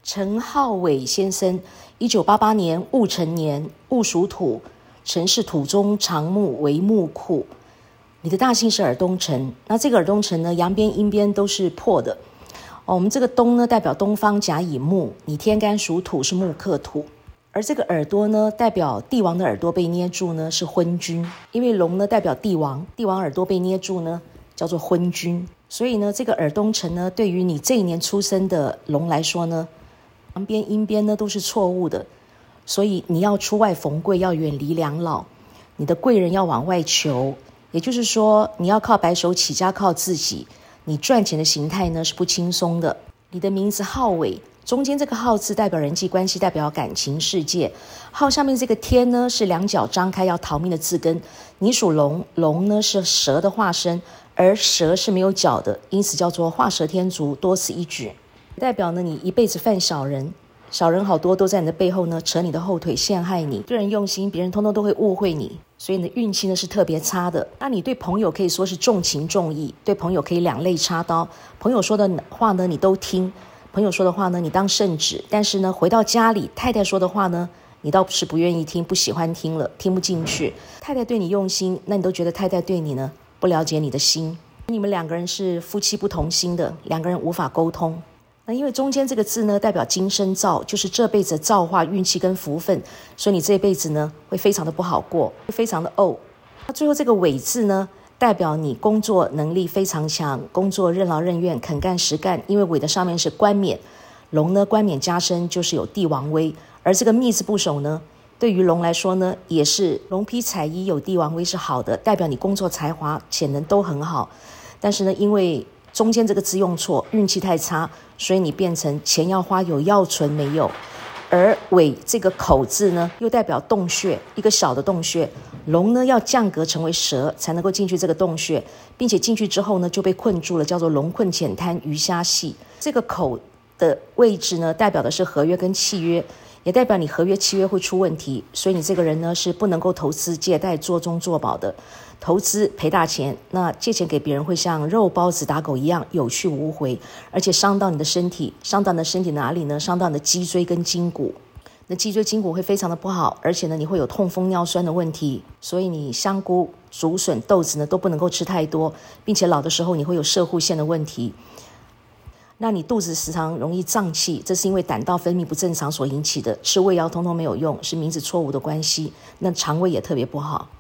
陈浩伟先生，1988年戊辰年，戊属土，辰是土中长木为木库。你的大姓是尔东辰，那这个尔东辰呢，阳边阴边都是破的。我们这个东呢代表东方甲乙木，你天干属土是木克土，而这个耳朵呢代表帝王的耳朵被捏住呢是昏君，因为龙呢代表帝王，帝王耳朵被捏住呢叫做昏君，所以呢这个尔东辰呢对于你这一年出生的龙来说呢，阳边阴边呢都是错误的，所以你要出外逢贵，要远离两老，你的贵人要往外求，也就是说你要靠白手起家，靠自己，你赚钱的形态呢是不轻松的。你的名字浩伟，中间这个浩字代表人际关系，代表感情世界，浩下面这个天呢是两脚张开要逃命的字根，你属龙，龙呢是蛇的化身，而蛇是没有脚的，因此叫做画蛇添足，多此一举。代表呢你一辈子犯小人，小人好多都在你的背后呢扯你的后腿，陷害你，对人用心，别人通通都会误会你，所以你的运气呢是特别差的。那你对朋友可以说是重情重义，对朋友可以两肋插刀，朋友说的话呢你都听，朋友说的话呢你当圣旨，但是呢回到家里，太太说的话呢你倒是不愿意听，不喜欢听了，听不进去。太太对你用心，那你都觉得太太对你呢不了解你的心，你们两个人是夫妻不同心的，两个人无法沟通。那因为中间这个字呢代表今生造，就是这辈子的造化运气跟福分，所以你这一辈子呢会非常的不好过，会非常的那最后这个伟字呢代表你工作能力非常强，工作任劳任怨，肯干实干，因为伟的上面是冠冕，龙呢冠冕加身就是有帝王威，而这个密字部首呢对于龙来说呢也是龙披彩衣有帝王威是好的，代表你工作才华潜能都很好，但是呢因为中间这个字用错，运气太差，所以你变成钱要花有要存没有。而尾这个口字呢又代表洞穴，一个小的洞穴，龙呢要降格成为蛇才能够进去这个洞穴，并且进去之后呢就被困住了，叫做龙困浅滩鱼虾戏。这个口的位置呢代表的是合约跟契约，也代表你合约契约会出问题，所以你这个人呢是不能够投资借贷做中做保的，投资赔大钱，那借钱给别人会像肉包子打狗一样有去无回，而且伤到你的身体，伤到你的身体哪里呢？伤到你的脊椎跟筋骨，那脊椎筋骨会非常的不好，而且呢你会有痛风尿酸的问题，所以你香菇、竹笋、豆子呢都不能够吃太多，并且老的时候你会有摄护腺的问题。那你肚子时常容易胀气，这是因为胆道分泌不正常所引起的，吃胃药通通没有用，是名字错误的关系。那肠胃也特别不好。